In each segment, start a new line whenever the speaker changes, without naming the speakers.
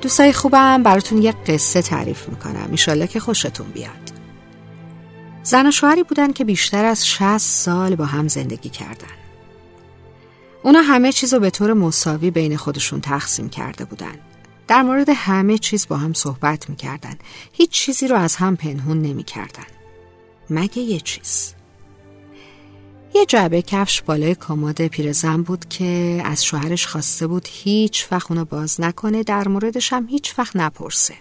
دوستای خوبم، براتون یک قصه تعریف میکنم. انشالله که خوشتون بیاد. زن و شوهری بودن که بیشتر از 60 سال با هم زندگی کردن. اونا همه چیزو به طور مساوی بین خودشون تقسیم کرده بودن. در مورد همه چیز با هم صحبت میکردن. هیچ چیزی رو از هم پنهون نمیکردن. مگه یه چیز. یه جعبه کفش بالای کمد پیرزن بود که از شوهرش خواسته بود هیچ وقت اونو باز نکنه، در موردش هم هیچ وقت نپرسه.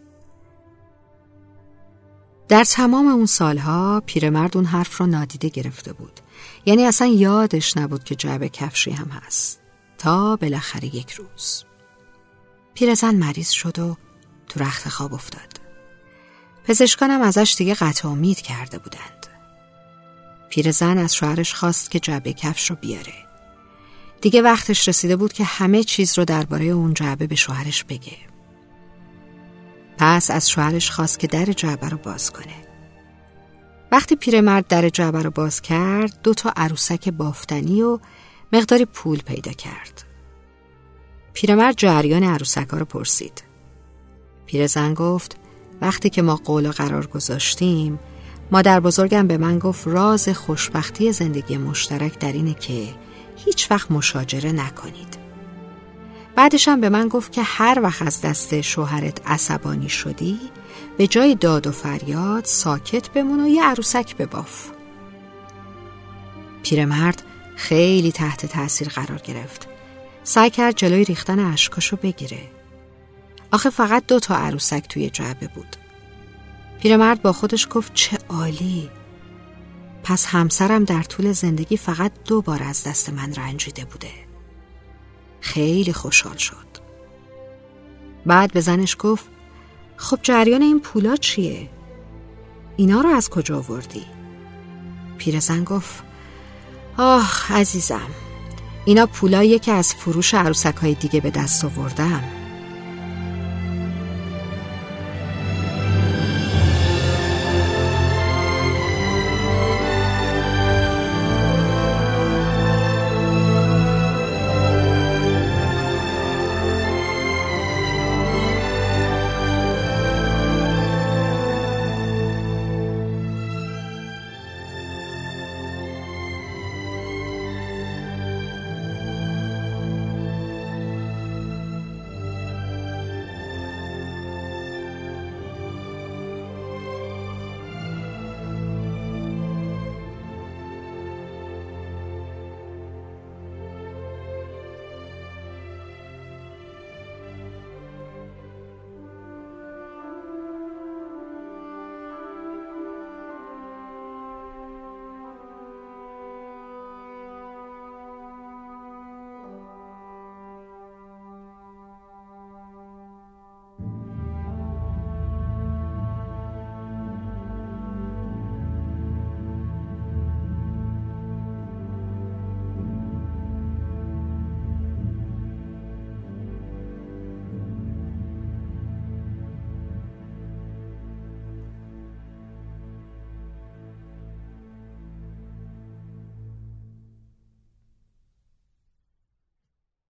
در تمام اون سالها پیرمرد اون حرف رو نادیده گرفته بود. یعنی اصلا یادش نبود که جعبه کفشی هم هست. تا بالاخره یک روز پیرزن مریض شد و تو رخت خواب افتاد. پزشکانم ازش دیگه قطع امید کرده بودند. پیرزن از شوهرش خواست که جعبه کفش رو بیاره. دیگه وقتش رسیده بود که همه چیز رو درباره اون جعبه به شوهرش بگه. پس از شوهرش خواست که در جعبه رو باز کنه. وقتی پیرمرد در جعبه رو باز کرد، 2 عروسک بافتنی و مقداری پول پیدا کرد. پیرمرد جریان عروسک‌ها رو پرسید. پیرزن گفت وقتی که ما قول و قرار گذاشتیم، مادر بزرگم به من گفت راز خوشبختی زندگی مشترک در اینه که هیچ وقت مشاجره نکنید. بعدش هم به من گفت که هر وقت از دست شوهرت عصبانی شدی، به جای داد و فریاد ساکت بمون و یه عروسک بباف. پیرمرد خیلی تحت تاثیر قرار گرفت. سعی کرد جلوی ریختن اشکاشو بگیره. آخه فقط 2 عروسک توی جعبه بود. پیرمرد با خودش گفت چه عالی. پس همسرم در طول زندگی فقط 2 بار از دست من رنجیده بوده. خیلی خوشحال شد. بعد به زنش گفت خب جریان این پولا چیه؟ اینا رو از کجا آوردی؟ پیرزن گفت آخ عزیزم، اینا پولاییه که از فروش عروسک‌های دیگه به دست آوردم.